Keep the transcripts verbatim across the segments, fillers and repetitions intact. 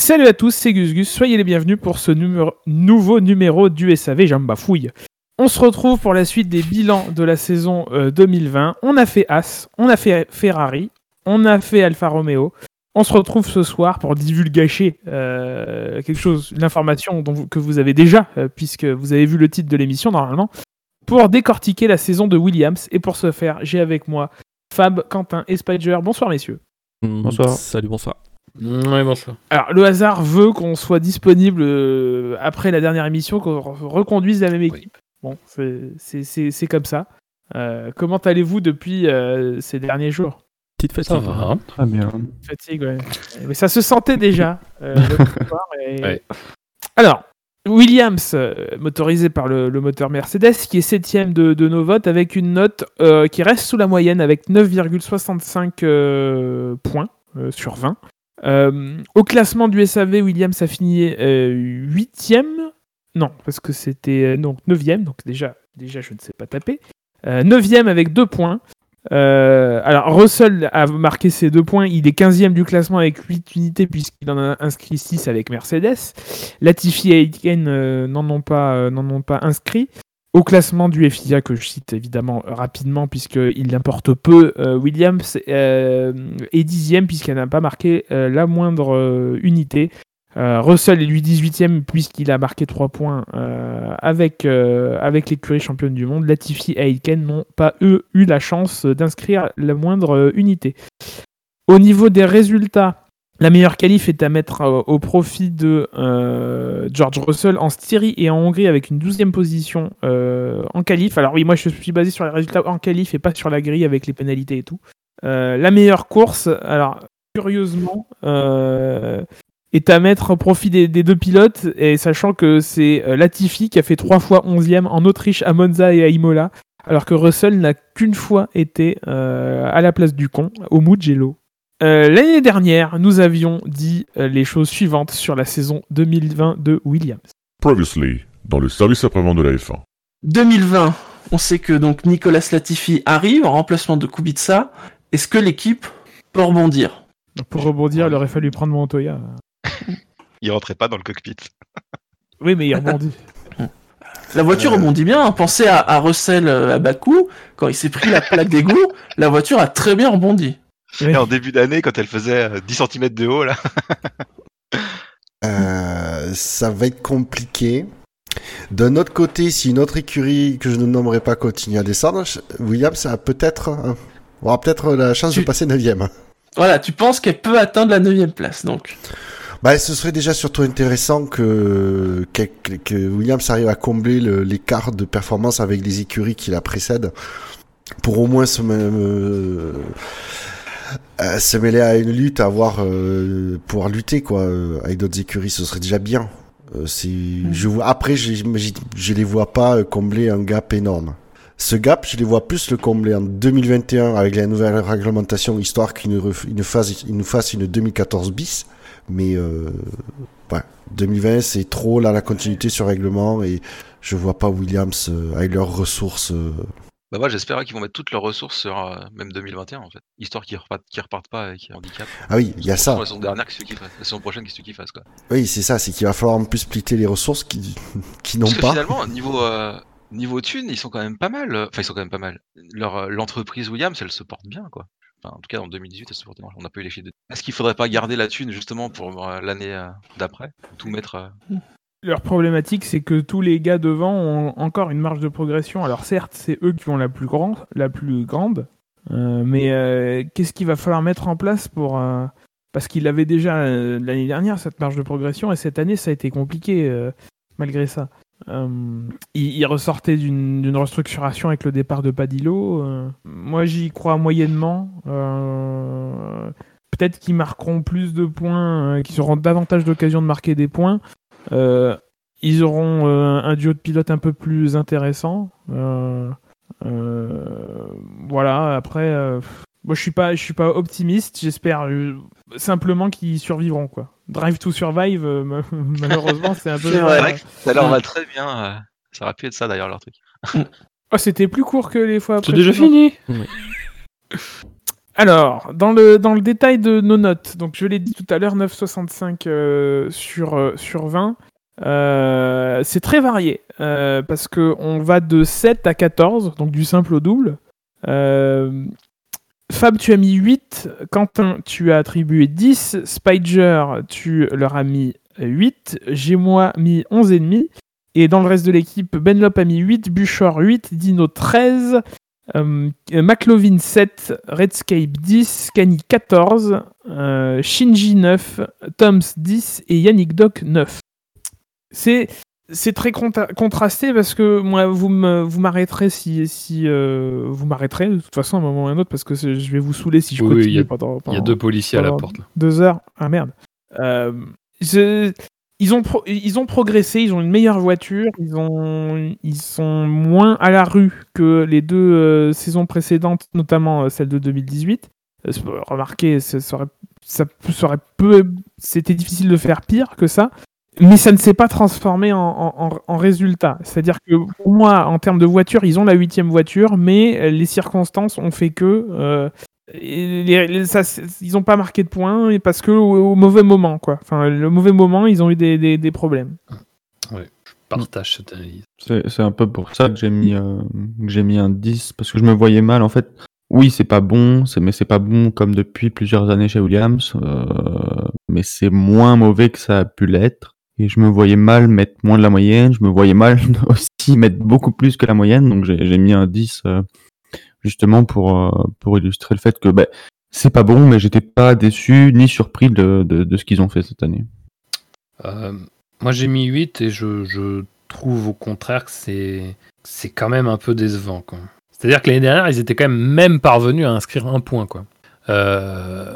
Salut à tous, c'est Gus Gus, soyez les bienvenus pour ce numéro, nouveau numéro du S A V, j'en bafouille. On se retrouve pour la suite des bilans de la saison euh, deux mille vingt. On a fait As, on a fait Ferrari, on a fait Alfa Romeo. On se retrouve ce soir pour divulgacher euh, quelque chose, une information dont vous, que vous avez déjà, euh, puisque vous avez vu le titre de l'émission normalement, pour décortiquer la saison de Williams. Et pour ce faire, j'ai avec moi Fab, Quentin et Spider. Bonsoir messieurs. Mmh, bonsoir. Salut, bonsoir. Ouais, bonsoir. Alors, le hasard veut qu'on soit disponible euh, après la dernière émission, qu'on re- reconduise la même équipe. Oui. Bon, c'est, c'est, c'est, c'est comme ça. Euh, comment allez-vous depuis euh, ces derniers jours ? Petite fatigue. Ça va. Très bien. Fatigue, ouais. Mais ça se sentait déjà. Euh, l'autre soir, et... Ouais. Alors, Williams, euh, motorisé par le, le moteur Mercedes, qui est septième de, de nos votes, avec une note euh, qui reste sous la moyenne, avec neuf virgule soixante-cinq euh, points euh, sur vingt. Euh, au classement du S A V, Williams a fini euh, huitième. Non, parce que c'était euh, donc neuvième, donc déjà, déjà je ne sais pas taper. Euh, neuvième avec deux points. Euh, alors Russell a marqué ses deux points, il est quinzième du classement avec huit unités puisqu'il en a inscrit six avec Mercedes. Latifi et Aitken euh, n'en ont pas, euh, n'en ont pas inscrit. Au classement du F I A, que je cite évidemment rapidement puisqu'il importe peu, euh, Williams euh, est dixième puisqu'il n'a pas marqué euh, la moindre euh, unité. Euh, Russell est lui dix-huitième puisqu'il a marqué trois points euh, avec, euh, avec l'écurie championne du monde. Latifi et Aitken n'ont pas eux eu la chance d'inscrire la moindre euh, unité. Au niveau des résultats, la meilleure qualif est à mettre euh, au profit de euh, George Russell en Styrie et en Hongrie avec une douzième position euh, en qualif. Alors oui, moi je suis basé sur les résultats en qualif et pas sur la grille avec les pénalités et tout. Euh, la meilleure course, alors curieusement, euh, est à mettre au profit des, des deux pilotes, et sachant que c'est euh, Latifi qui a fait trois fois onzième en Autriche, à Monza et à Imola, alors que Russell n'a qu'une fois été euh, à la place du con, au Mugello. Euh, l'année dernière, nous avions dit euh, les choses suivantes sur la saison deux mille vingt de Williams. Previously, dans le service après-vente de la F un. deux mille vingt, on sait que donc Nicolas Latifi arrive en remplacement de Kubica. Est-ce que l'équipe peut rebondir ? Donc pour rebondir, il aurait fallu prendre Montoya. Il rentrait pas dans le cockpit. Oui, mais il rebondit. La voiture Euh... rebondit bien. Pensez à, à Russell à Bakou, quand il s'est pris la plaque d'égout, la voiture a très bien rebondi. Oui. Et en début d'année, quand elle faisait dix centimètres de haut, là. euh, ça va être compliqué. D'un autre côté, si une autre écurie que je ne nommerai pas continue à descendre, Williams a peut-être, euh, aura peut-être la chance tu... de passer neuvième. Voilà, tu penses qu'elle peut atteindre la neuvième place, donc. Bah, ce serait déjà surtout intéressant que, que, que Williams arrive à combler le, l'écart de performance avec les écuries qui la précèdent, pour au moins se, euh, euh, se mêler à une lutte, à avoir, euh, pouvoir lutter, quoi, avec d'autres écuries, ce serait déjà bien. Euh, c'est, mmh. je vois, après, je, je, je les vois pas combler un gap énorme. Ce gap, je les vois plus le combler en deux mille vingt et un avec la nouvelle réglementation, histoire qu'il nous, il nous fasse, il nous fasse une deux mille quatorze bis. Mais euh, ouais, deux mille vingt, c'est trop là la continuité sur règlement et je vois pas Williams euh, avec leurs ressources. Euh... Bah moi j'espère qu'ils vont mettre toutes leurs ressources sur euh, même deux mille vingt et un en fait, histoire qu'ils repartent, qu'ils repartent pas avec un handicap. Ah oui, il y a ça. La saison dernière, qu'est-ce qu'ils fassent ? La saison prochaine, qu'est-ce qu'ils fassent quoi ? Oui, c'est ça, c'est qu'il va falloir en plus splitter les ressources qui, qui n'ont Parce que pas. Finalement, niveau euh, niveau thunes, ils sont quand même pas mal. Enfin, ils sont quand même pas mal. Leur l'entreprise Williams, elle se porte bien quoi. Enfin, en tout cas, en deux mille dix-huit, elle se portait mal. On n'a pas eu les chiffres de... Est-ce qu'il faudrait pas garder la thune, justement, pour euh, l'année euh, d'après ? Tout mettre... Euh... Leur problématique, c'est que tous les gars devant ont encore une marge de progression. Alors certes, c'est eux qui ont la plus grande, la plus grande euh, mais euh, qu'est-ce qu'il va falloir mettre en place pour... Euh... Parce qu'il avait déjà euh, l'année dernière, cette marge de progression, et cette année, ça a été compliqué, euh, malgré ça. Euh, il, il ressortait d'une, d'une restructuration avec le départ de Padillo. Euh, moi, j'y crois moyennement. Euh, peut-être qu'ils marqueront plus de points, euh, qu'ils auront davantage d'occasions de marquer des points. Euh, ils auront euh, un duo de pilotes un peu plus intéressant. Euh, euh, voilà. Après, euh, moi, je suis pas, je suis pas optimiste. J'espère euh, simplement qu'ils survivront, quoi. Drive to Survive, euh, malheureusement, c'est un peu... C'est vrai que ça leur va très bien. Euh, ça aurait pu être ça, d'ailleurs, leur truc. Oh, c'était plus court que les fois après. C'est déjà fini. Oui. Alors, dans le, dans le détail de nos notes, donc je l'ai dit tout à l'heure, neuf virgule soixante-cinq euh, sur, euh, sur vingt. Euh, c'est très varié, euh, parce qu'on va de sept à quatorze, donc du simple au double. Euh, Fab, tu as mis huit. Quentin, tu as attribué dix. Spider, tu leur as mis huit. J'ai moi mis onze virgule cinq. Et dans le reste de l'équipe, Benlop a mis huit, Buchor huit, Dino treize, euh, McLovin sept, Redscape dix, Kani quatorze, euh, Shinji neuf, Toms dix et Yannick Doc neuf. C'est, c'est très contra- contrasté parce que moi, vous, me, vous m'arrêterez si, si euh, vous m'arrêterez de toute façon à un moment ou à un autre parce que c'est, je vais vous saouler si je Oui, continue il y a- pendant, pendant Il y a deux policiers à la porte. Là. deux heures. Ah merde. Euh, je... Ils ont, pro- ils ont progressé, ils ont une meilleure voiture, ils, ont, ils sont moins à la rue que les deux euh, saisons précédentes, notamment euh, celle de deux mille dix-huit. Euh, remarquez, ça serait, ça serait peu, c'était difficile de faire pire que ça, mais ça ne s'est pas transformé en, en, en résultat. C'est-à-dire que pour moi, en termes de voiture, ils ont la huitième voiture, mais les circonstances ont fait que... Euh, Et les, les, ça, ils n'ont pas marqué de points parce que au, au mauvais moment, quoi. Enfin, le mauvais moment, ils ont eu des, des, des problèmes. Ouais, je partage cette analyse. C'est, c'est un peu pour ça que j'ai mis euh, que j'ai mis un dix parce que je me voyais mal en fait. Oui, c'est pas bon, c'est, mais c'est pas bon comme depuis plusieurs années chez Williams, euh, mais c'est moins mauvais que ça a pu l'être. Et je me voyais mal mettre moins de la moyenne, je me voyais mal aussi mettre beaucoup plus que la moyenne, donc j'ai, j'ai mis un dix. Euh, justement pour euh, pour illustrer le fait que bah, c'est pas bon, mais j'étais pas déçu ni surpris de, de, de ce qu'ils ont fait cette année. Euh, moi j'ai mis huit et je, je trouve au contraire que c'est, c'est quand même un peu décevant, quoi. C'est-à-dire que l'année dernière, ils étaient quand même même parvenus à inscrire un point, quoi. Euh...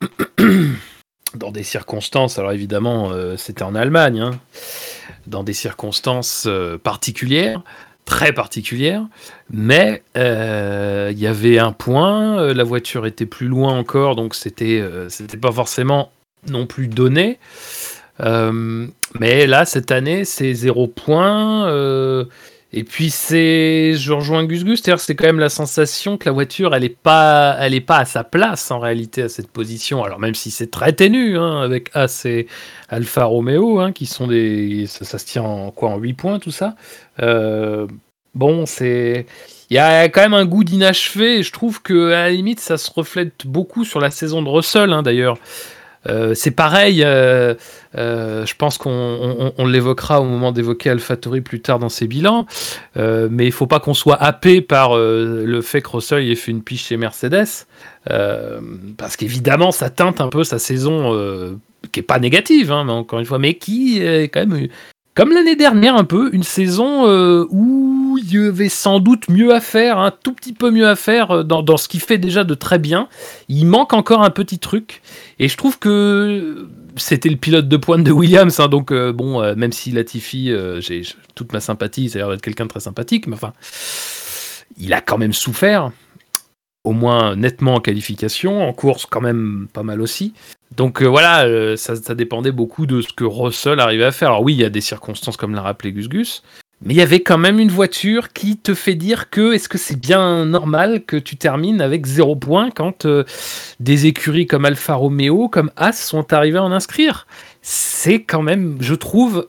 Dans des circonstances, alors évidemment, euh, c'était en Allemagne, hein, dans des circonstances euh, particulières, très particulière, mais il euh, y avait un point, euh, la voiture était plus loin encore, donc c'était, euh, c'était pas forcément non plus donné. Euh, mais là, cette année, c'est zéro point. Euh, et puis, c'est, je rejoins Gus Gus, c'est-à-dire c'est quand même la sensation que la voiture, elle est pas, elle est pas à sa place en réalité à cette position. Alors même si c'est très ténu, hein, avec As et Alfa Romeo, hein, qui sont des, ça, ça se tient en quoi, en huit points tout ça. Euh, bon, c'est, il y a quand même un goût d'inachevé. Et je trouve que à la limite, ça se reflète beaucoup sur la saison de Russell, hein, d'ailleurs. Euh, c'est pareil, euh, euh, je pense qu'on on, on l'évoquera au moment d'évoquer AlphaTauri plus tard dans ses bilans, euh, mais il ne faut pas qu'on soit happé par euh, le fait que Russell ait fait une piche chez Mercedes, euh, parce qu'évidemment ça teinte un peu sa saison, euh, qui n'est pas négative, hein, mais encore une fois, mais qui est quand même, comme l'année dernière un peu, une saison euh, où il y avait sans doute mieux à faire, un tout petit peu mieux à faire dans, dans ce qu'il fait déjà de très bien. Il manque encore un petit truc. Et je trouve que c'était le pilote de pointe de Williams, hein, donc euh, bon, euh, même si Latifi, euh, j'ai, j'ai toute ma sympathie, ça a l'air d'être quelqu'un de très sympathique, mais enfin, il a quand même souffert, au moins nettement en qualification, en course quand même pas mal aussi. Donc euh, voilà, euh, ça, ça dépendait beaucoup de ce que Russell arrivait à faire. Alors oui, il y a des circonstances comme l'a rappelé Gus Gus, mais il y avait quand même une voiture qui te fait dire que est-ce que c'est bien normal que tu termines avec zéro point quand euh, des écuries comme Alfa Romeo, comme As sont arrivées à en inscrire. C'est quand même, je trouve,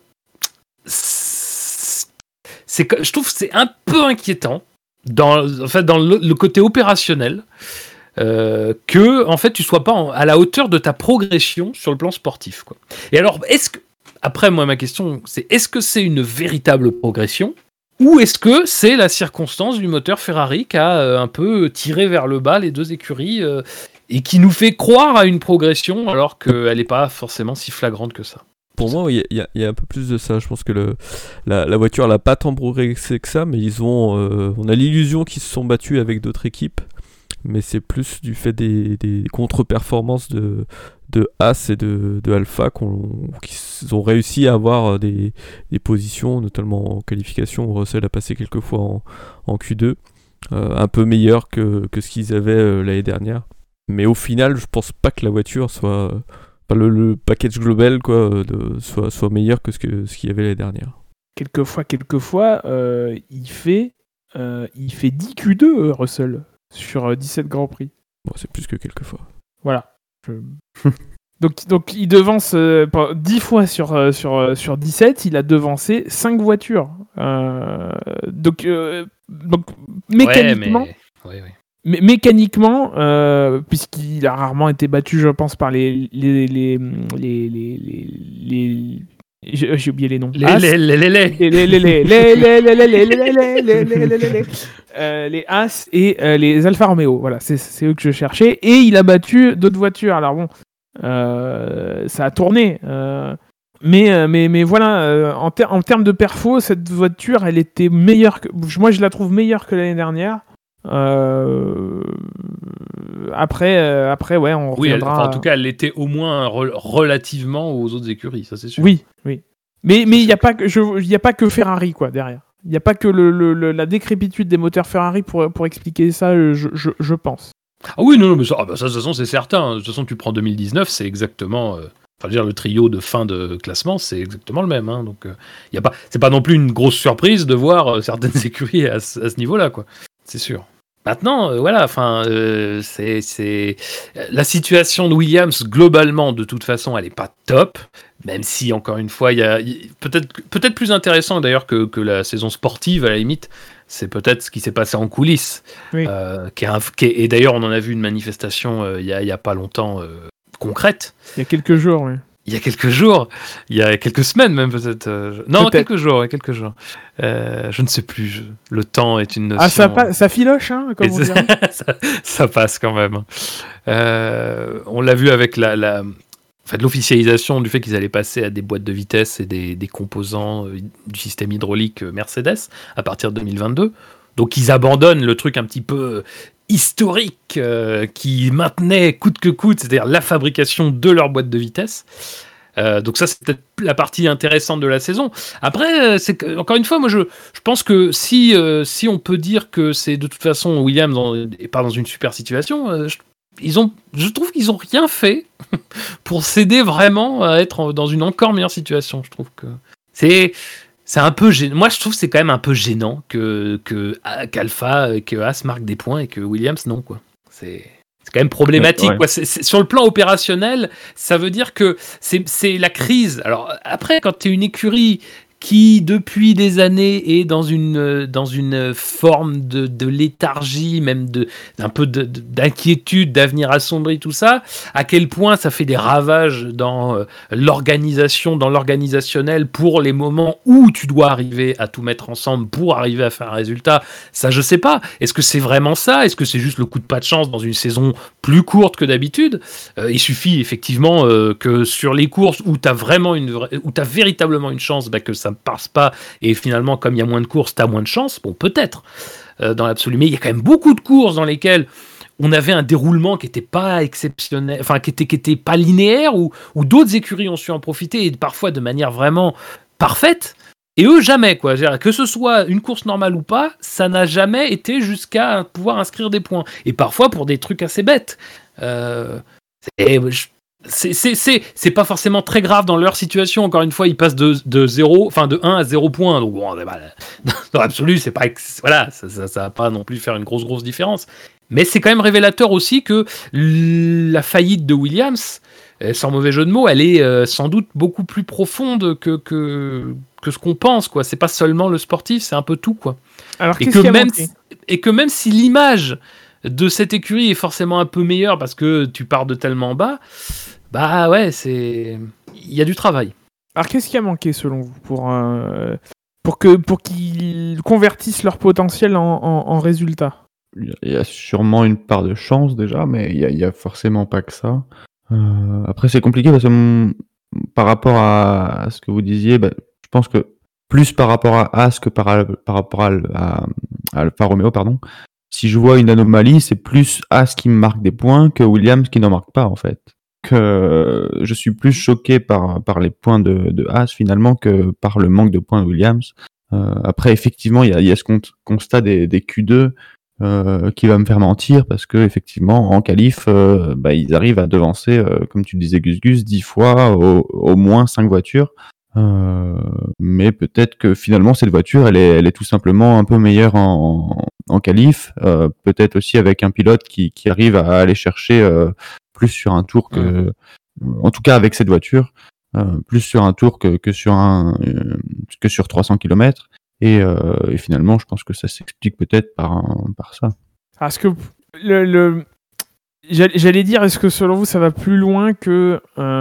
c'est, je trouve que c'est un peu inquiétant dans, en fait, dans le, le côté opérationnel. Euh, que en fait tu sois pas en, à la hauteur de ta progression sur le plan sportif, quoi. Et alors est-ce que, après moi ma question c'est, est-ce que c'est une véritable progression ou est-ce que c'est la circonstance du moteur Ferrari qui a euh, un peu tiré vers le bas les deux écuries euh, et qui nous fait croire à une progression alors qu'elle n'est pas forcément si flagrante que ça? Pour moi, il y, y, y a un peu plus de ça. Je pense que le, la, la voiture n'a pas tant progressé que ça, mais ils ont, euh, on a l'illusion qu'ils se sont battus avec d'autres équipes. Mais c'est plus du fait des, des contre-performances de, de As et de, de Alpha qu'on, qu'ils ont réussi à avoir des, des positions, notamment en qualification, où Russell a passé quelques fois en, en Q deux, euh, un peu meilleur que, que ce qu'ils avaient euh, l'année dernière. Mais au final, je pense pas que la voiture soit... Enfin, le, le package global quoi, de, soit, soit meilleur que ce, que ce qu'il y avait l'année dernière. Quelquefois, quelquefois, euh, il, fait, euh, il fait dix Q deux, Russell. Sur dix-sept Grands Prix. Bon, c'est plus que quelques fois. Voilà. Je- donc, donc, il devance euh, par- dix fois sur, euh, sur, euh, sur dix-sept, il a devancé cinq voitures. Euh, donc, euh, donc, mécaniquement, Ouais, mais... ouais, ouais. mé- mécaniquement euh, puisqu'il a rarement été battu, je pense, par les. les, les, les, les, les, les- J'ai j'ai oublié les noms. Les, As. les, les, les, les. les les les les les les les les les les les les les les les Euh, les As et euh, les Alfa Romeo, voilà, c'est c'est eux que je cherchais, et il a battu d'autres voitures. Alors bon, euh, ça a tourné, euh, mais euh, mais mais voilà, euh, en, ter- en termes de perfo, cette voiture, elle était meilleure que, moi je la trouve meilleure que l'année dernière. Euh, après euh, après ouais, on Oui, elle- reviendra. enfin, en tout cas, elle l'était au moins re- relativement aux autres écuries, ça c'est sûr. Oui, oui. Mais mais il y a pas que je il y a pas que Ferrari quoi derrière. Il n'y a pas que le, le- le- la décrépitude des moteurs Ferrari pour, pour expliquer ça, je, je, je pense. Ah oui, non, non, mais ça, ah bah ça, de toute façon, c'est certain. De toute façon, tu prends deux mille dix-neuf, c'est exactement. euh, Enfin, je veux dire, le trio de fin de classement, c'est exactement le même. Hein, donc, euh, y a pas, c'est pas non plus une grosse surprise de voir euh, certaines écuries à, ce- à ce niveau-là, quoi. C'est sûr. Maintenant, euh, voilà, enfin, euh, c'est, c'est la situation de Williams globalement, de toute façon, elle est pas top. Même si, encore une fois, il y a y- peut-être, peut-être plus intéressant d'ailleurs que, que la saison sportive à la limite. C'est peut-être ce qui s'est passé en coulisses. Oui. Euh, qui est un- qui est- et d'ailleurs, on en a vu une manifestation euh, il y, a, il y a pas longtemps euh, concrète. Il y a quelques jours, oui. Il y a quelques jours, il y a quelques semaines même peut-être. euh, je- Non, Peut-être. quelques jours, ouais, quelques jours. Euh, je ne sais plus. je- Le temps est une notion. Ah, ça, pa- ça filoche, hein, comme Et on ça, dirait. ça, ça passe quand même. Euh, on l'a vu avec la, la, en fait, l'officialisation du fait qu'ils allaient passer à des boîtes de vitesse et des, des composants euh, du système hydraulique euh, Mercedes à partir de deux mille vingt-deux. Donc ils abandonnent le truc un petit peu euh, historique euh, qui maintenait coûte que coûte, c'est-à-dire la fabrication de leur boîte de vitesse. Euh, donc ça, c'est peut-être la partie intéressante de la saison. Après, euh, c'est que, encore une fois, moi, je, je pense que si, euh, si on peut dire que c'est de toute façon Williams dans- n'est pas dans une super situation, euh, je, ils ont, je trouve qu'ils ont rien fait pour s'aider vraiment à être en- dans une encore meilleure situation. Je trouve que c'est, c'est un peu gênant. Moi, je trouve que c'est quand même un peu gênant que, que qu'Alpha, que Haas marque des points et que Williams non, quoi. C'est C'est quand même problématique. Ouais. Quoi. C'est, c'est, sur le plan opérationnel, ça veut dire que c'est, c'est la crise. Alors après, quand tu es une écurie qui, depuis des années, est dans une, dans une forme de, de léthargie, même de, d'un peu de, de, d'inquiétude, d'avenir assombri, tout ça, à quel point ça fait des ravages dans euh, l'organisation, dans l'organisationnel, pour les moments où tu dois arriver à tout mettre ensemble pour arriver à faire un résultat, ça je sais pas. Est-ce que c'est vraiment ça ? Est-ce que c'est juste le coup de pas de chance dans une saison plus courte que d'habitude ? euh, Il suffit effectivement euh, que sur les courses où tu as vraiment une, vra- où t'as véritablement une chance, bah, que ça ne passe pas, et finalement comme il y a moins de courses, tu as moins de chance, bon peut-être euh, dans l'absolu, mais il y a quand même beaucoup de courses dans lesquelles on avait un déroulement qui n'était pas exceptionnel, enfin qui était, qui était pas linéaire, ou, ou d'autres écuries ont su en profiter, et parfois de manière vraiment parfaite, et eux jamais, quoi. Je veux dire, que ce soit une course normale ou pas, ça n'a jamais été jusqu'à pouvoir inscrire des points, et parfois pour des trucs assez bêtes. Euh, et je- c'est, c'est, c'est, c'est pas forcément très grave dans leur situation. Encore une fois, ils passent de, de zéro, enfin de un à zéro points. Donc bon, bah, dans l'absolu, c'est pas, ex- voilà, ça, ça, ça va pas non plus faire une grosse grosse différence. Mais c'est quand même révélateur aussi que la faillite de Williams, euh, sans mauvais jeu de mots, elle est euh, sans doute beaucoup plus profonde que que que ce qu'on pense, quoi. C'est pas seulement le sportif, c'est un peu tout, quoi. Alors, Et qu'est-ce que, qui a même manqué ? si, et que même si l'image de cette écurie est forcément un peu meilleure parce que tu pars de tellement bas, bah ouais, c'est, il y a du travail. Alors, qu'est-ce qui a manqué selon vous pour, euh, pour, que, pour qu'ils convertissent leur potentiel en, en, en résultat ? Il y a sûrement une part de chance déjà, mais il y a, il y a forcément pas que ça. Euh, après, c'est compliqué parce que mm, par rapport à, à ce que vous disiez, bah, je pense que plus par rapport à As que par, par rapport à, à, à Alfa Romeo, pardon. Si je vois une anomalie, c'est plus As qui me marque des points que Williams qui n'en marque pas, en fait. Que euh, je suis plus choqué par, par les points de, de As finalement que par le manque de points de Williams. Euh, après, effectivement, il y a, il y a ce con- constat des, des Q deux euh, qui va me faire mentir parce que effectivement, en qualif, euh, bah, ils arrivent à devancer, euh, comme tu disais, Gus Gus, dix fois au, au moins cinq voitures. Euh, mais peut-être que finalement cette voiture elle est, elle est tout simplement un peu meilleure en, en qualif, euh, peut-être aussi avec un pilote qui, qui arrive à aller chercher euh, plus sur un tour que, mmh. en tout cas avec cette voiture, euh, plus sur un tour que, que sur un euh, que sur trois cents kilomètres. Et, euh, et finalement, je pense que ça s'explique peut-être par un, par ça. Est-ce que le, le... J'allais dire, est-ce que selon vous, ça va plus loin que,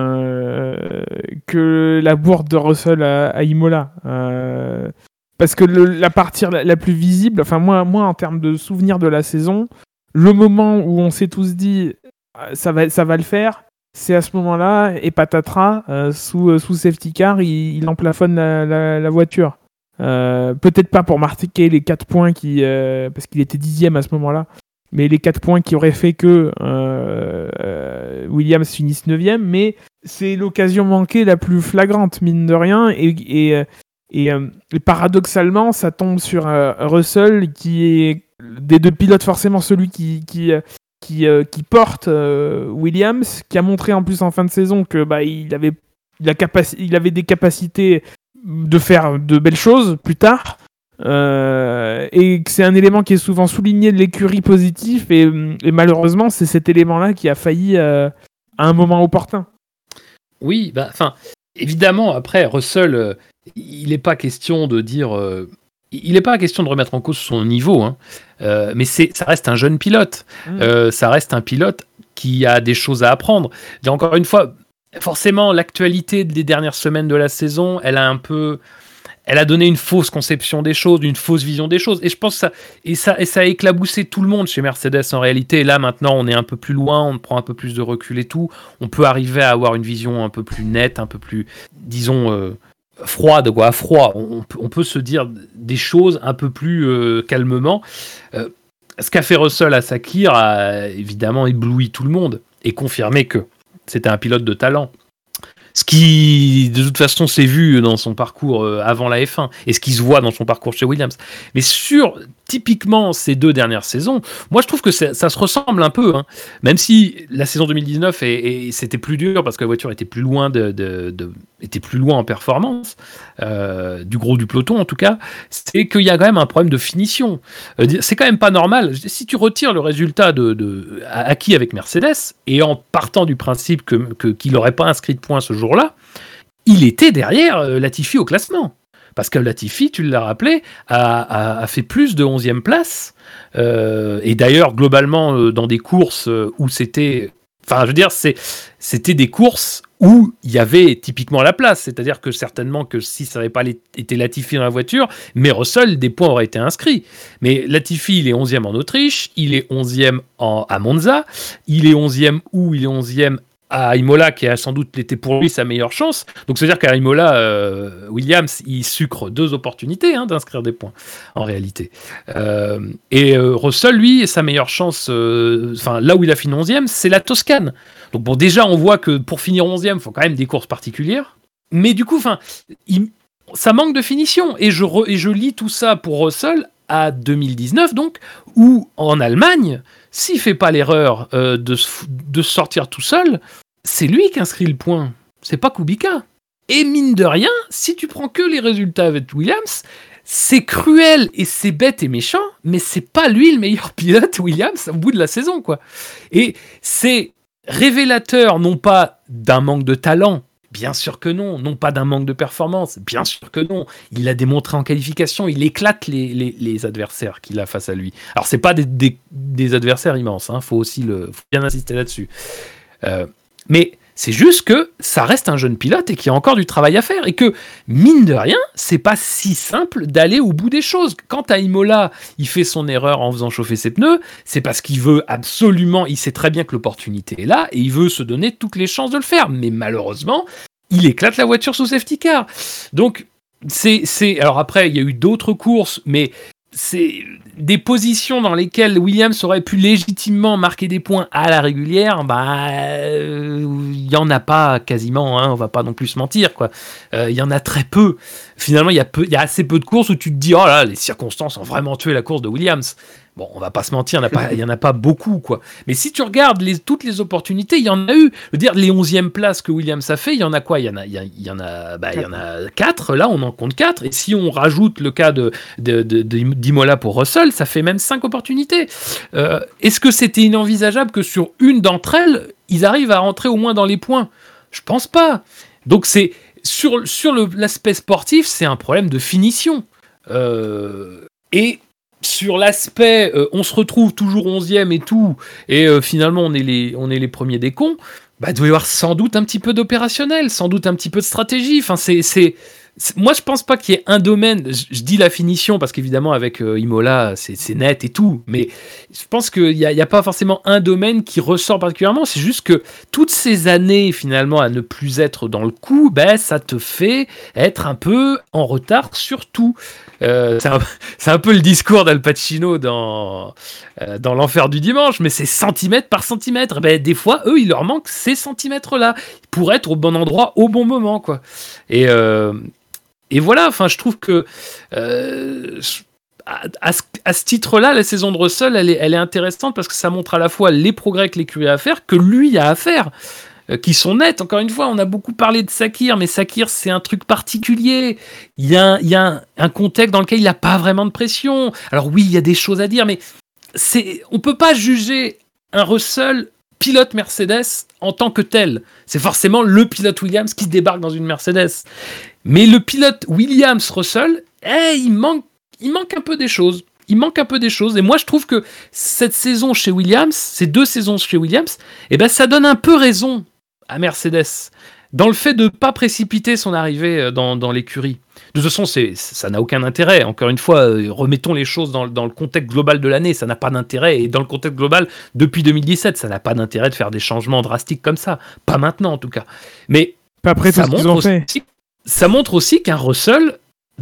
euh, que la bourde de Russell à, à Imola euh, Parce que le, la partie la, la plus visible, enfin moi, moi, en termes de souvenirs de la saison, le moment où on s'est tous dit ça va, ça va le faire, c'est à ce moment-là, et patatras, euh, sous, sous safety car, il, il emplafonne la, la, la voiture. Euh, peut-être pas pour marquer les quatre points, qui, euh, parce qu'il était dixième à ce moment-là, mais les quatre points qui auraient fait que euh, euh, Williams finisse neuvième, mais c'est l'occasion manquée la plus flagrante, mine de rien, et, et, et, euh, et paradoxalement, ça tombe sur euh, Russell, qui est des deux pilotes forcément celui qui, qui, qui, euh, qui porte euh, Williams, qui a montré en plus en fin de saison que bah, il, avait, il, a capaci- il avait des capacités de faire de belles choses plus tard. Euh, et que c'est un élément qui est souvent souligné de l'écurie positif et, et malheureusement c'est cet élément-là qui a failli euh, à un moment opportun. Oui, bah, enfin, évidemment après Russell, euh, il n'est pas question de dire, euh, il n'est pas question de remettre en cause son niveau, hein, euh, mais c'est, ça reste un jeune pilote, mmh. euh, ça reste un pilote qui a des choses à apprendre. Et encore une fois, forcément l'actualité des dernières semaines de la saison, elle a un peu Elle a donné une fausse conception des choses, une fausse vision des choses. Et je pense que ça, et ça, et ça a éclaboussé tout le monde chez Mercedes en réalité. Et là, maintenant, on est un peu plus loin, on prend un peu plus de recul et tout. On peut arriver à avoir une vision un peu plus nette, un peu plus, disons, euh, froide, quoi, à froid. On, on peut se dire des choses un peu plus euh, calmement. Euh, ce qu'a fait Russell à Sakir a évidemment ébloui tout le monde et confirmé que c'était un pilote de talent. Ce qui, de toute façon, s'est vu dans son parcours avant la F un et ce qui se voit dans son parcours chez Williams. Mais sur, typiquement, ces deux dernières saisons, moi, je trouve que ça, ça se ressemble un peu. Hein. Même si la saison deux mille dix-neuf, et, et c'était plus dur parce que la voiture était plus loin, de, de, de, était plus loin en performance, euh, du gros du peloton en tout cas, c'est qu'il y a quand même un problème de finition. Euh, c'est quand même pas normal. Si tu retires le résultat de, de, acquis avec Mercedes, et en partant du principe que, que, qu'il n'aurait pas inscrit de points ce jour-là, il était derrière euh, Latifi au classement. Parce que Latifi, tu l'as rappelé, a, a, a fait plus de onzième place. Euh, et d'ailleurs, globalement, euh, dans des courses où c'était... Enfin, je veux dire, c'est, c'était des courses où il y avait typiquement la place. C'est-à-dire que certainement que si ça n'avait pas été Latifi dans la voiture, mais Russell, des points auraient été inscrits. Mais Latifi, il est onzième en Autriche, il est onzième en, à Monza, il est onzième où il est onzième à Imola, qui a sans doute été pour lui sa meilleure chance. Donc, c'est-à-dire qu'à Imola, euh, Williams, il sucre deux opportunités hein, d'inscrire des points, en réalité. Euh, et euh, Russell, lui, sa meilleure chance, euh, enfin, là où il a fini onzième, c'est la Toscane. Donc, bon, déjà, on voit que pour finir onzième, il faut quand même des courses particulières. Mais du coup, enfin, ça manque de finition. Et je, re, et je lis tout ça pour Russell à deux mille dix-neuf, donc, où, en Allemagne, s'il ne fait pas l'erreur euh, de, de sortir tout seul, c'est lui qui inscrit le point, c'est pas Kubica. Et mine de rien, si tu prends que les résultats avec Williams, c'est cruel et c'est bête et méchant, mais c'est pas lui le meilleur pilote Williams au bout de la saison, quoi. Et c'est révélateur non pas d'un manque de talent, bien sûr que non, non pas d'un manque de performance, bien sûr que non. Il l'a démontré en qualification, il éclate les, les, les adversaires qu'il a face à lui. Alors c'est pas des, des, des adversaires immenses, hein, faut aussi le, faut bien insister là-dessus. Euh, mais c'est juste que ça reste un jeune pilote et qu'il y a encore du travail à faire et que, mine de rien, c'est pas si simple d'aller au bout des choses. Quand à Imola, il fait son erreur en faisant chauffer ses pneus, c'est parce qu'il veut absolument, il sait très bien que l'opportunité est là et il veut se donner toutes les chances de le faire. Mais malheureusement, il éclate la voiture sous safety car. Donc, c'est, c'est... alors après, il y a eu d'autres courses, mais c'est des positions dans lesquelles Williams aurait pu légitimement marquer des points à la régulière, bah, euh, il y en a pas quasiment, hein, on va pas non plus se mentir, quoi. Euh, il y en a très peu. Finalement, il y a peu, il y a assez peu de courses où tu te dis, oh là, les circonstances ont vraiment tué la course de Williams. Bon, on va pas se mentir, il n'y en a pas, il y en a pas beaucoup, quoi. Mais si tu regardes les, toutes les opportunités, il y en a eu. Je veux dire, les onzièmes places que Williams a fait, il y en a quoi? Il y en a, il y, a, il y en a, bah, il y en a quatre. Là, on en compte quatre. Et si on rajoute le cas de, de, de, de d'Imola pour Russell, ça fait même cinq opportunités. Euh, est-ce que c'était inenvisageable que sur une d'entre elles, ils arrivent à rentrer au moins dans les points? Je pense pas. Donc c'est sur sur le, l'aspect sportif, c'est un problème de finition. Euh, et sur l'aspect, euh, on se retrouve toujours onzième et tout, et euh, finalement on est, les, on est les premiers des cons, bah, il doit y avoir sans doute un petit peu d'opérationnel, sans doute un petit peu de stratégie. Enfin, c'est, c'est, c'est... Moi, je pense pas qu'il y ait un domaine, je, je dis la finition, parce qu'évidemment, avec euh, Imola, c'est, c'est net et tout, mais je pense qu'il n'y a, a pas forcément un domaine qui ressort particulièrement, c'est juste que toutes ces années, finalement, à ne plus être dans le coup, bah, ça te fait être un peu en retard sur tout. Euh, c'est, un, c'est un peu le discours d'Al Pacino dans, euh, dans L'Enfer du Dimanche, mais c'est centimètre par centimètre. Ben, des fois, eux, il leur manque ces centimètres-là pour être au bon endroit au bon moment, quoi. Et, euh, et voilà, enfin, je trouve que euh, à, à, ce, à ce titre-là, la saison de Russell, elle est, elle est intéressante parce que ça montre à la fois les progrès que l'écurie a à faire, que lui a à faire. Qui sont nets. Encore une fois, on a beaucoup parlé de Sakir, mais Sakir, c'est un truc particulier. Il y a, il y a un, un contexte dans lequel il n'a pas vraiment de pression. Alors oui, il y a des choses à dire, mais c'est, on ne peut pas juger un Russell pilote Mercedes en tant que tel. C'est forcément le pilote Williams qui débarque dans une Mercedes. Mais le pilote Williams-Russell, eh, il manque, il manque un peu des choses. Il manque un peu des choses. Et moi, je trouve que cette saison chez Williams, ces deux saisons chez Williams, eh ben, ça donne un peu raison à Mercedes, dans le fait de ne pas précipiter son arrivée dans, dans l'écurie. De toute façon, c'est, ça n'a aucun intérêt. Encore une fois, remettons les choses dans, dans le contexte global de l'année, ça n'a pas d'intérêt. Et dans le contexte global, depuis deux mille dix-sept, ça n'a pas d'intérêt de faire des changements drastiques comme ça. Pas maintenant, en tout cas. Mais pas après ça, tout ce qu'ils montre ont fait. aussi, ça montre aussi qu'un Russell,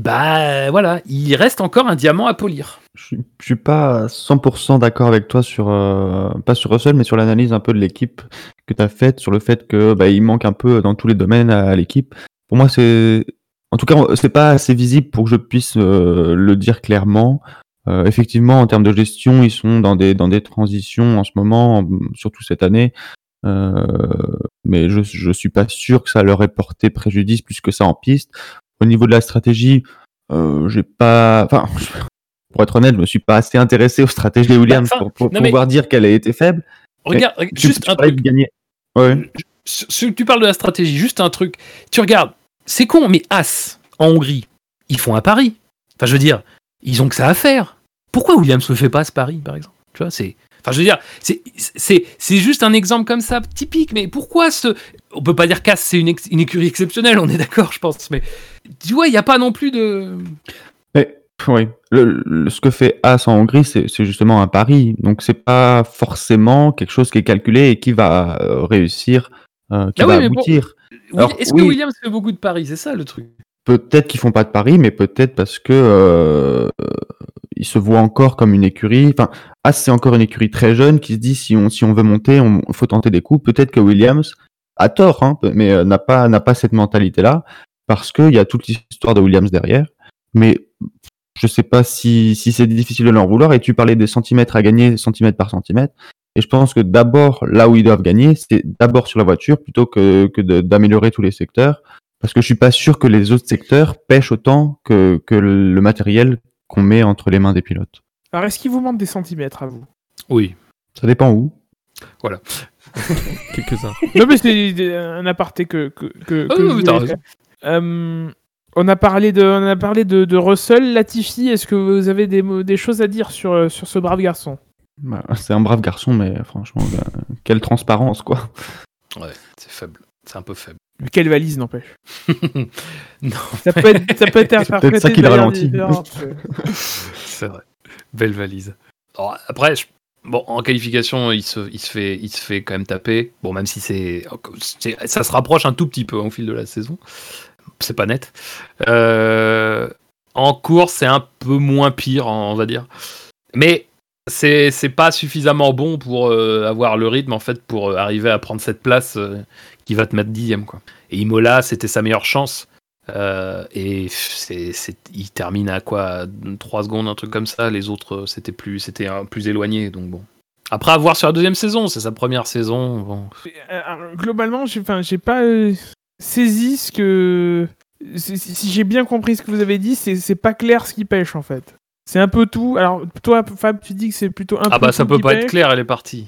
bah voilà, il reste encore un diamant à polir. Je ne suis pas cent pour cent d'accord avec toi sur, euh, pas sur Russell, mais sur l'analyse un peu de l'équipe que tu as faite, sur le fait que bah, il manque un peu dans tous les domaines à, à l'équipe. Pour moi, c'est, en tout cas, c'est pas assez visible pour que je puisse euh, le dire clairement. Euh, effectivement, en termes de gestion, ils sont dans des, dans des transitions en ce moment, surtout cette année. Euh, mais je, je suis pas sûr que ça leur ait porté préjudice plus que ça en piste. Au niveau de la stratégie, euh, j'ai pas, enfin, pour être honnête, je me suis pas assez intéressé aux stratégies des Williams bah, pour, pour pouvoir mais... dire qu'elle a été faible. Regarde, mais juste tu, tu un truc. Gagner. Ouais. Tu, tu parles de la stratégie, juste un truc. Tu regardes, c'est con, mais As, en Hongrie, ils font un pari. Enfin, je veux dire, ils ont que ça à faire. Pourquoi Williams ne fait pas ce pari, par exemple? Tu vois, c'est. Enfin, je veux dire, c'est, c'est, c'est juste un exemple comme ça, typique, mais pourquoi ce... On peut pas dire qu'As, c'est une, ex... une écurie exceptionnelle, on est d'accord, je pense, mais tu vois, il n'y a pas non plus de... Mais, oui, le, le, ce que fait As en Hongrie, c'est, c'est justement un pari, donc c'est pas forcément quelque chose qui est calculé et qui va euh, réussir, euh, qui ah va oui, aboutir. Bon, Alors, est-ce oui, que Williams fait beaucoup de paris, c'est ça le truc? Peut-être qu'ils font pas de paris, mais peut-être parce que... Euh, il se voit encore comme une écurie. Enfin, As, c'est encore une écurie très jeune qui se dit si on, si on veut monter, on faut tenter des coups. Peut-être que Williams a tort, hein, mais euh, n'a pas, n'a pas cette mentalité-là parce qu'il y a toute l'histoire de Williams derrière. Mais je sais pas si, si c'est difficile de leur vouloir. Et tu parlais des centimètres à gagner, centimètre par centimètre. Et je pense que d'abord, là où ils doivent gagner, c'est d'abord sur la voiture plutôt que, que de, d'améliorer tous les secteurs. Parce que je suis pas sûr que les autres secteurs pêchent autant que, que le matériel qu'on met entre les mains des pilotes. Alors, est-ce qu'il vous manque des centimètres à vous? Oui. Ça dépend où. Voilà. Quelques-uns. Non, mais c'est un aparté que, que, que, oh, que non, mais t'as raison. Euh, on a parlé de, on a parlé de, de Russell. Latifi, est-ce que vous avez des, des choses à dire sur, sur ce brave garçon? Bah, c'est un brave garçon, mais franchement, bah, quelle transparence, quoi. Ouais, c'est faible. C'est un peu faible. Mais quelle valise, n'empêche. Non. Ça peut être, ça peut être c'est peut-être ça qui le ralentit. C'est vrai. Belle valise. Alors, après, je... bon, en qualification, il se, il se fait, il se fait quand même taper. Bon, même si c'est, c'est, ça se rapproche un tout petit peu au fil de la saison. C'est pas net. Euh... En course, c'est un peu moins pire, on va dire. Mais c'est, c'est pas suffisamment bon pour euh, avoir le rythme, en fait, pour euh, arriver à prendre cette place euh, qui va te mettre dixième, quoi. Et Imola, c'était sa meilleure chance. Euh, et c'est, c'est, il termine à quoi, trois secondes, un truc comme ça. Les autres, c'était plus, c'était un, plus éloigné. Donc bon. Après, à voir sur la deuxième saison, c'est sa première saison. Bon. Euh, globalement, j'ai, enfin, j'ai pas euh, saisi ce que. Si, si j'ai bien compris ce que vous avez dit, c'est, c'est pas clair ce qui pêche en fait. C'est un peu tout. Alors, toi, Fab, tu dis que c'est plutôt un ah peu. Ah bah, tout ça peut qui pas pêche. être clair, elle est partie.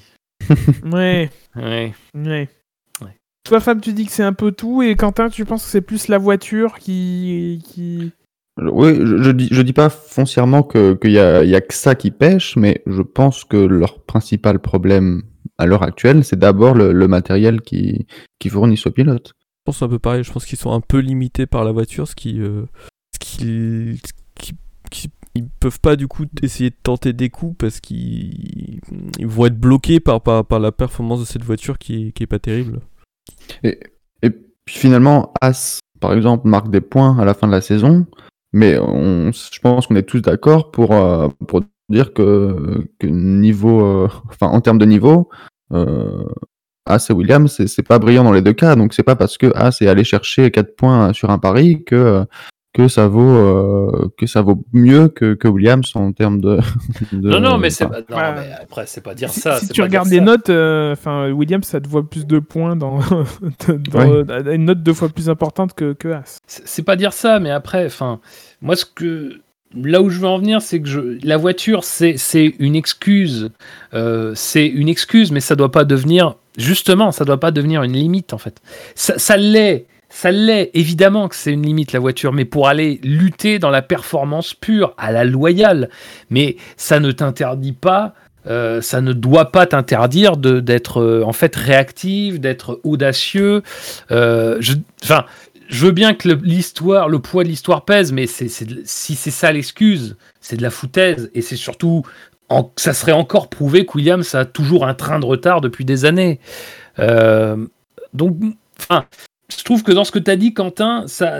ouais. Ouais. Ouais. Ouais. Toi, Fab, tu dis que c'est un peu tout, et Quentin, tu penses que c'est plus la voiture qui. qui... Oui, je, je dis, je dis pas foncièrement que qu'il y a, y a que ça qui pêche, mais je pense que leur principal problème à l'heure actuelle, c'est d'abord le, le matériel qui, qui fournissent aux pilotes. Je pense un peu pareil, je pense qu'ils sont un peu limités par la voiture, ce qui, euh, ce qui, ce qui, qui ils peuvent pas du coup essayer de tenter des coups parce qu'ils ils vont être bloqués par, par, par la performance de cette voiture qui, qui est pas terrible. Et, et puis finalement, As, par exemple, marque des points à la fin de la saison, mais on, je pense qu'on est tous d'accord pour, euh, pour dire que, que niveau, euh, enfin en termes de niveau, euh, As et Williams, c'est, c'est pas brillant dans les deux cas, donc c'est pas parce que As est allé chercher quatre points sur un pari que que ça vaut euh, que ça vaut mieux que, que Williams en termes de, de non non mais c'est enfin, pas, non, bah, mais après c'est pas dire si, ça si c'est tu pas regardes dire les ça. notes, enfin euh, Williams ça te voit plus de points dans, dans ouais. une note deux fois plus importante que, que As. C'est, c'est pas dire ça, mais après enfin moi ce que là où je veux en venir, c'est que je, la voiture c'est c'est une excuse, euh, c'est une excuse, mais ça doit pas devenir justement ça doit pas devenir une limite en fait. Ça, ça l'est. Ça l'est, évidemment que c'est une limite la voiture, mais pour aller lutter dans la performance pure, à la loyale. Mais ça ne t'interdit pas, euh, ça ne doit pas t'interdire de, d'être euh, en fait réactif, d'être audacieux. Euh, je, enfin, je veux bien que le, l'histoire, le poids de l'histoire pèse, mais c'est, c'est, si c'est ça l'excuse, c'est de la foutaise. Et c'est surtout, en, ça serait encore prouvé que Williams a toujours un train de retard depuis des années. Euh, donc, enfin... Je trouve que dans ce que tu as dit, Quentin, ça,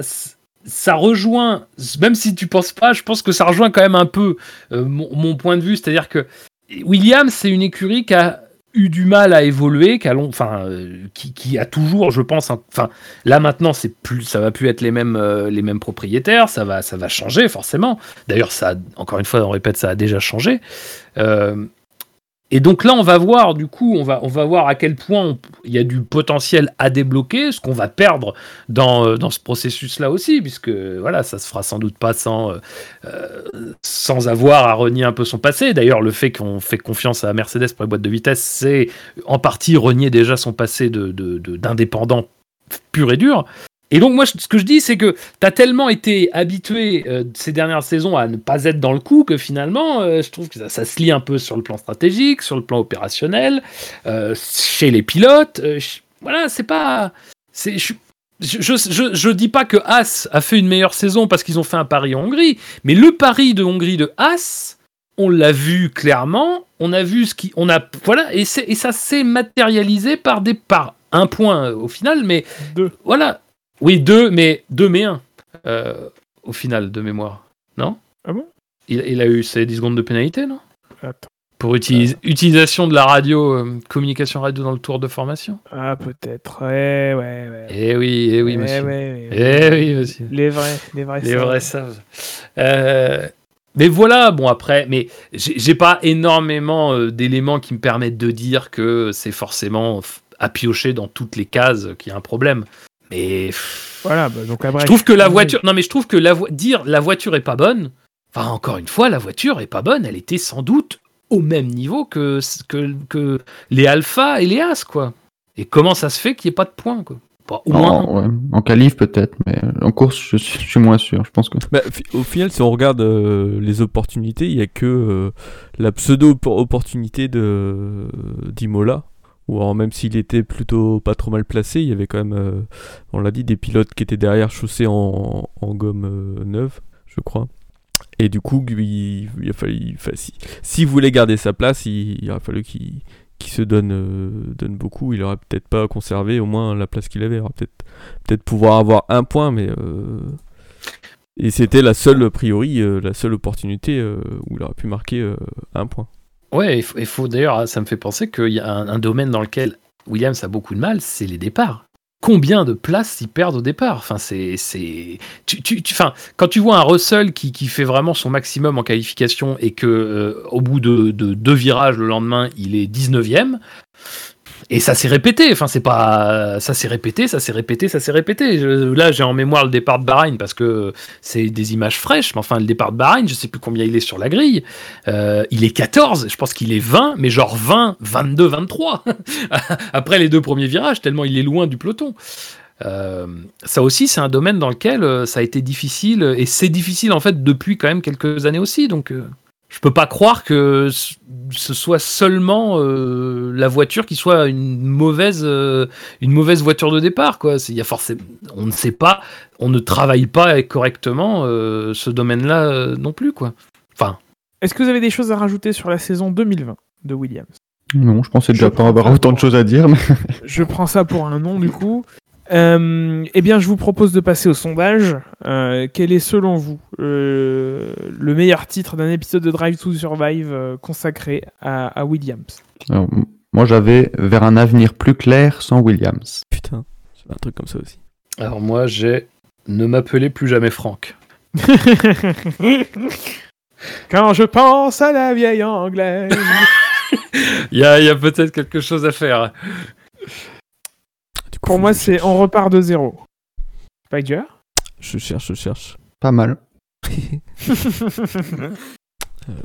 ça rejoint, même si tu penses pas, je pense que ça rejoint quand même un peu euh, mon, mon point de vue. C'est-à-dire que Williams, c'est une écurie qui a eu du mal à évoluer, qui a, long, enfin, euh, qui, qui a toujours, je pense, enfin, là maintenant, c'est plus, ça va plus être les mêmes, euh, les mêmes propriétaires, ça va, ça va changer forcément. D'ailleurs, ça, encore une fois, on répète, ça a déjà changé. Euh, Et donc là, on va voir, du coup, on va, on va voir à quel point il y a du potentiel à débloquer, ce qu'on va perdre dans, euh, dans ce processus-là aussi, puisque voilà, ça se fera sans doute pas sans, euh, sans avoir à renier un peu son passé. D'ailleurs, le fait qu'on fait confiance à Mercedes pour les boîtes de vitesse, c'est en partie renier déjà son passé de, de, de, d'indépendant pur et dur. Et donc moi, ce que je dis, c'est que tu as tellement été habitué euh, ces dernières saisons à ne pas être dans le coup que finalement, euh, je trouve que ça, ça se lie un peu sur le plan stratégique, sur le plan opérationnel, euh, chez les pilotes. Euh, je, voilà, c'est pas... C'est, je, je, je, je dis pas que As a fait une meilleure saison parce qu'ils ont fait un pari en Hongrie, mais le pari de Hongrie de As, on l'a vu clairement, on a vu ce qui... On a, voilà, et, c'est, et ça s'est matérialisé par, des, par un point au final, mais Deux. Voilà. Oui, deux, mais deux, mais un. Euh, au final, de mémoire. Non ? Ah bon ? il, il a eu ses dix secondes de pénalité, non ? Attends. Pour utilise, euh... utilisation de la radio, euh, communication radio dans le tour de formation. Ah, peut-être. Ouais, ouais, ouais. Eh oui, eh oui, ouais, monsieur. Ouais, ouais, eh ouais. oui, monsieur. Les vrais, les vrais Les savent. vrais savent. Euh... Mais voilà, bon après, mais j'ai, j'ai pas énormément euh, d'éléments qui me permettent de dire que c'est forcément à piocher dans toutes les cases qu'il y a un problème. Mais voilà, bah donc après, je trouve que la voiture, non mais je trouve que la vo... dire la voiture est pas bonne. Enfin encore une fois, la voiture est pas bonne. Elle était sans doute au même niveau que que, que les Alpha et les As quoi. Et comment ça se fait qu'il n'y ait pas de points quoi? Bah, au moins en, ouais. en qualif peut-être, mais en course je suis, je suis moins sûr. Je pense que. Bah, au final, si on regarde euh, les opportunités, il y a que euh, la pseudo opportunité de d'Imola. Ou alors même s'il était plutôt pas trop mal placé, il y avait quand même, euh, on l'a dit, des pilotes qui étaient derrière chaussés en, en gomme euh, neuve, je crois. Et du coup, il, il a fallu, il, enfin, si, s'il voulait garder sa place, il, il aurait fallu qu'il, qu'il se donne, euh, donne beaucoup. Il aurait peut-être pas conservé au moins la place qu'il avait. Il aurait peut-être, peut-être pouvoir avoir un point, mais... Euh... Et c'était la seule, a priori, euh, la seule opportunité euh, où il aurait pu marquer euh, un point. Ouais, il faut, il faut d'ailleurs, ça me fait penser qu'il y a un, un domaine dans lequel Williams a beaucoup de mal, c'est les départs. combien de places ils perdent au départ. Enfin, c'est, c'est... Tu, tu, tu, enfin, quand tu vois un Russell qui, qui fait vraiment son maximum en qualification et que euh, au bout de, de deux virages le lendemain, il est dix-neuvième, et ça s'est répété. Enfin, c'est pas, ça s'est répété, ça s'est répété, ça s'est répété. Je, là, j'ai en mémoire le départ de Bahreïn parce que c'est des images fraîches. Mais enfin, le départ de Bahreïn, je sais plus combien il est sur la grille. Euh, il est quatorze, je pense qu'il est vingt, mais genre vingt, vingt-deux, vingt-trois. Après les deux premiers virages, tellement il est loin du peloton. Euh, ça aussi, c'est un domaine dans lequel euh, ça a été difficile, et c'est difficile en fait depuis quand même quelques années aussi. Donc, euh, je peux pas croire que ce soit seulement euh, la voiture qui soit une mauvaise, euh, une mauvaise voiture de départ, quoi. C'est, y a forcément, on ne sait pas, on ne travaille pas correctement euh, ce domaine-là euh, non plus, quoi. Enfin. Est-ce que vous avez des choses à rajouter sur la saison deux mille vingt de Williams ? Non, je pensais déjà Je pas avoir autant de choses à dire. Mais... Je prends ça pour un non, du coup. Euh, eh bien, je vous propose de passer au sondage. Euh, quel est, selon vous, euh, le meilleur titre d'un épisode de Drive to Survive euh, consacré à, à Williams ? Alors, moi, j'avais vers un avenir plus clair sans Williams. Putain, c'est un truc comme ça aussi. Alors moi, j'ai ne m'appelez plus jamais Franck. Quand je pense à la vieille anglaise. Il y a, y a peut-être quelque chose à faire. Pour moi, c'est on repart de zéro. Spider ? Je cherche, je cherche. Pas mal. euh...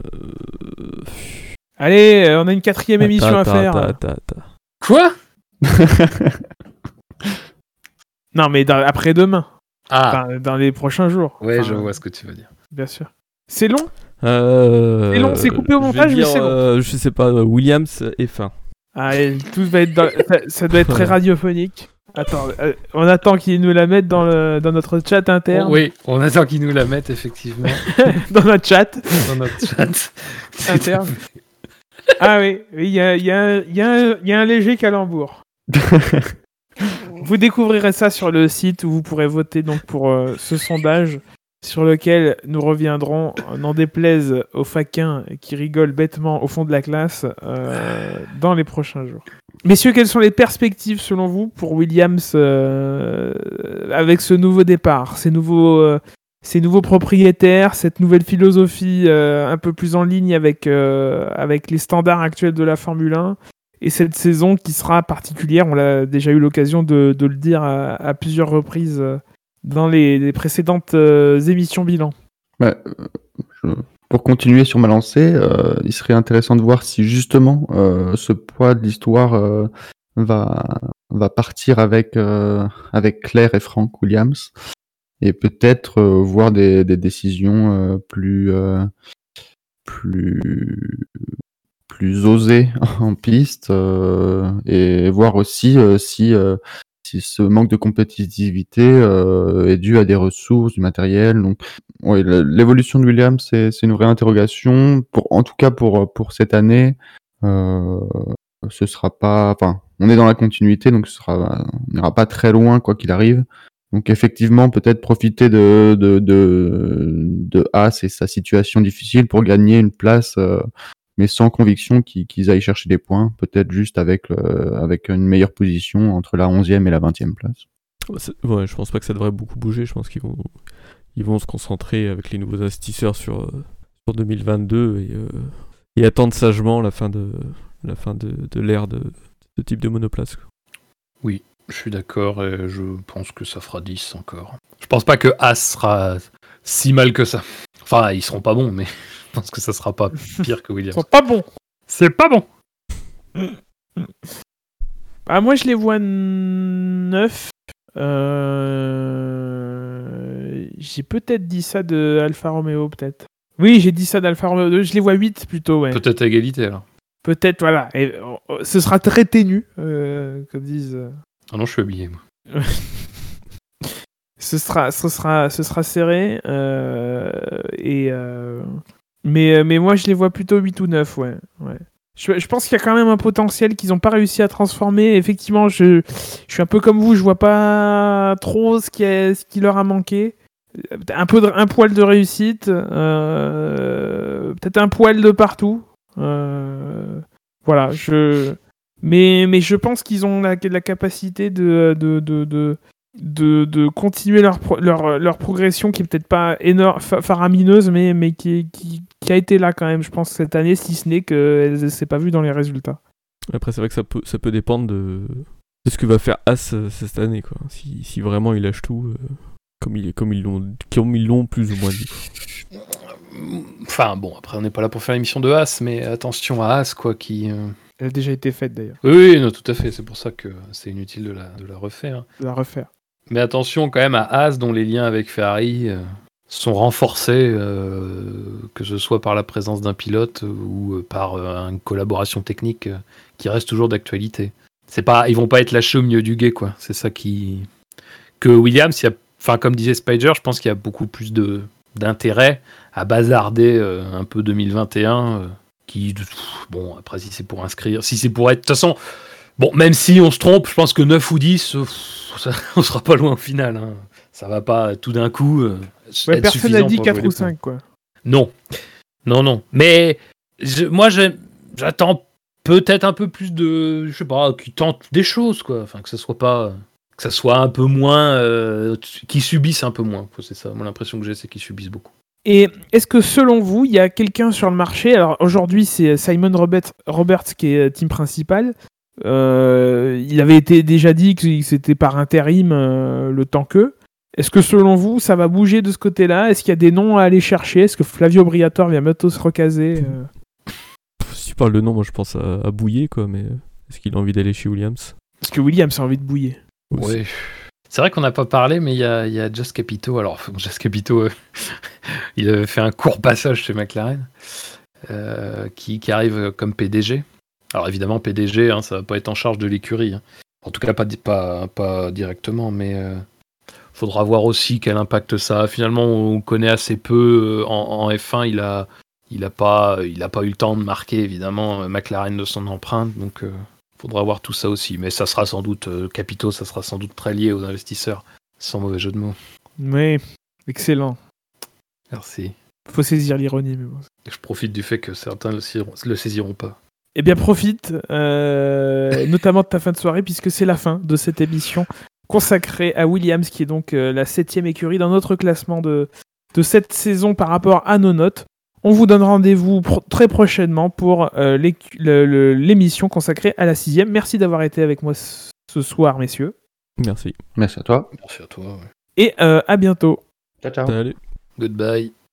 Allez, on a une quatrième attends, émission attends, à faire. Attends, attends, attends. Quoi ? Non, mais dans, après-demain. Ah. Enfin, dans les prochains jours. Ouais, enfin, je vois ce que tu veux dire. Bien sûr. C'est long ? Euh... C'est long, c'est coupé au je vais montage, mais dire, c'est long. euh, je sais pas, euh, Williams F un. Ah, et tout va être dans... ça, ça doit être très radiophonique. Attends, euh, on attend qu'ils nous la mettent dans, le, dans notre chat interne. Oh, oui, on attend qu'ils nous la mettent, effectivement. Dans notre chat. Dans notre chat. Interne. Ah oui, il y a, y, a, y, a y a un léger calembour. Vous découvrirez ça sur le site où vous pourrez voter donc pour euh, ce sondage sur lequel nous reviendrons, n'en déplaise aux faquins qui rigolent bêtement au fond de la classe, euh, dans les prochains jours. Messieurs, quelles sont les perspectives selon vous pour Williams euh, avec ce nouveau départ, ces nouveaux, euh, ces nouveaux propriétaires, cette nouvelle philosophie euh, un peu plus en ligne avec, euh, avec les standards actuels de la Formule un, et cette saison qui sera particulière, on l'a déjà eu l'occasion de, de le dire à, à plusieurs reprises euh, dans les, les précédentes euh, émissions bilan. Ouais, je... Pour continuer sur ma lancée, euh, il serait intéressant de voir si justement euh, ce poids de l'histoire euh, va, va partir avec, euh, avec Claire et Frank Williams, et peut-être euh, voir des, des décisions euh, plus, euh, plus, plus osées en piste, euh, et voir aussi euh, si... Euh, si ce manque de compétitivité euh, est dû à des ressources, du matériel. Donc, ouais, l'évolution de Williams, c'est, c'est une vraie interrogation. Pour, en tout cas, pour, pour cette année, euh, ce sera pas. Enfin, on est dans la continuité, donc ce sera, on n'ira pas très loin, quoi qu'il arrive. Donc, effectivement, peut-être profiter de, de, de, de Haas et sa situation difficile pour gagner une place. Euh, mais sans conviction qu'ils, qu'ils aillent chercher des points, peut-être juste avec, le, avec une meilleure position entre la onzième et la vingtième place. C'est, ouais, je pense pas que ça devrait beaucoup bouger, je pense qu'ils vont, ils vont se concentrer avec les nouveaux investisseurs sur, euh, sur deux mille vingt-deux et, euh, et attendre sagement la fin de, la fin de, de l'ère de ce type de monoplace. Quoi. Oui, je suis d'accord et je pense que ça fera dix encore. Je pense pas que Haas sera si mal que ça. Enfin, ils seront pas bons, mais... Je pense que ça sera pas pire que Williams. Ils sont pas bons. C'est pas bon. Ah, moi, je les vois neuf. Euh... J'ai peut-être dit ça de Alfa Romeo, peut-être. Oui, j'ai dit ça d'Alfa Romeo. Je les vois huit plutôt, ouais. Peut-être à égalité, alors. Peut-être, voilà. Et, oh, ce sera très ténu, euh, comme disent... Euh... Ah non, je suis habillé, moi. ce, sera, ce, sera, ce sera serré. Euh... Et... Euh... Mais, mais moi, je les vois plutôt huit ou neuf, ouais. ouais. Je, je pense qu'il y a quand même un potentiel qu'ils n'ont pas réussi à transformer. Effectivement, je, je suis un peu comme vous, je vois pas trop ce qui, est, ce qui leur a manqué. Un, peu de, un poil de réussite, euh, peut-être un poil de partout. Euh, voilà, je, Mais, mais je pense qu'ils ont la, la capacité de, de, de, de, de, de continuer leur, pro- leur, leur progression qui est peut-être pas énorme, fa- faramineuse, mais, mais qui, qui, qui a été là quand même, je pense, cette année, si ce n'est qu'elle ne s'est pas vue dans les résultats. Après, c'est vrai que ça peut, ça peut dépendre de, de ce que va faire As euh, cette année, quoi. Si, si vraiment il lâche tout, euh, comme, il, comme, ils l'ont, comme ils l'ont plus ou moins dit. Enfin bon, après on n'est pas là pour faire l'émission de As, mais attention à As, quoi, qui... euh, Elle a déjà été faite d'ailleurs, Oui, oui, non, tout à fait, c'est pour ça que c'est inutile de la, de la refaire. de la refaire. Mais attention quand même à As, dont les liens avec Ferrari euh, sont renforcés, euh, que ce soit par la présence d'un pilote ou euh, par euh, une collaboration technique euh, qui reste toujours d'actualité. C'est pas, ils vont pas être lâchés au milieu du guet, quoi. C'est ça qui... Que Williams, il y a, enfin, comme disait Spider, je pense qu'il y a beaucoup plus de, d'intérêt à bazarder euh, un peu deux mille vingt et un, euh, qui, pff, bon, après, si c'est pour inscrire, si c'est pour être... De toute façon, bon, même si on se trompe, je pense que neuf ou dix, euh, pff, ça, on sera pas loin au final. Hein. Ça va pas tout d'un coup euh, Ouais, être personne n'a suffisant dit pour quatre jouer ou les points. cinq, quoi. Non, non, non. Mais je, moi, je, j'attends peut-être un peu plus de, je sais pas, qui tentent des choses, quoi. Enfin, que ça soit pas, que ça soit un peu moins, euh, qu'ils subissent un peu moins. C'est ça. Moi, l'impression que j'ai, c'est qu'ils subissent beaucoup. Et est-ce que selon vous, il y a quelqu'un sur le marché? Alors aujourd'hui, c'est Simon Robert- Roberts qui est team principal. Euh, il avait été déjà dit que c'était par intérim euh, le temps que. Est-ce que selon vous, ça va bouger de ce côté-là? Est-ce qu'il y a des noms à aller chercher? Est-ce que Flavio Briatore vient bientôt se recaser euh Si tu parles de nom, moi je pense à, à Bouillet, quoi, mais est-ce qu'il a envie d'aller chez Williams? Parce que Williams a envie de bouiller. Aussi. Oui. C'est vrai qu'on n'a pas parlé, mais il y a, il y a Just Capito. Alors, Just Capito, euh, il avait fait un court passage chez McLaren, euh, qui, qui arrive comme P D G. Alors évidemment, P D G, hein, ça va pas être en charge de l'écurie. Hein. En tout cas, pas, di- pas, pas directement, mais euh, faudra voir aussi quel impact ça a. Finalement, on connaît assez peu. euh, En, en F un, il a, il a pas, il a pas eu le temps de marquer, évidemment, euh, McLaren de son empreinte. Donc, euh, faudra voir tout ça aussi. Mais ça sera sans doute, euh, Capito, ça sera sans doute très lié aux investisseurs. Sans mauvais jeu de mots. Mais excellent. Merci. Faut saisir l'ironie, mais bon. Et je profite du fait que certains le saisiront, le saisiront pas. Eh bien, profite, euh, notamment de ta fin de soirée, puisque c'est la fin de cette émission consacrée à Williams, qui est donc euh, la septième écurie dans notre classement de, de cette saison par rapport à nos notes. On vous donne rendez-vous pro- très prochainement pour euh, l'écu- le- le- l'émission consacrée à la sixième. Merci d'avoir été avec moi ce ce soir, messieurs. Merci. Merci à toi. Merci à toi. Ouais. Et euh, à bientôt. Ciao, ciao. Salut. Goodbye.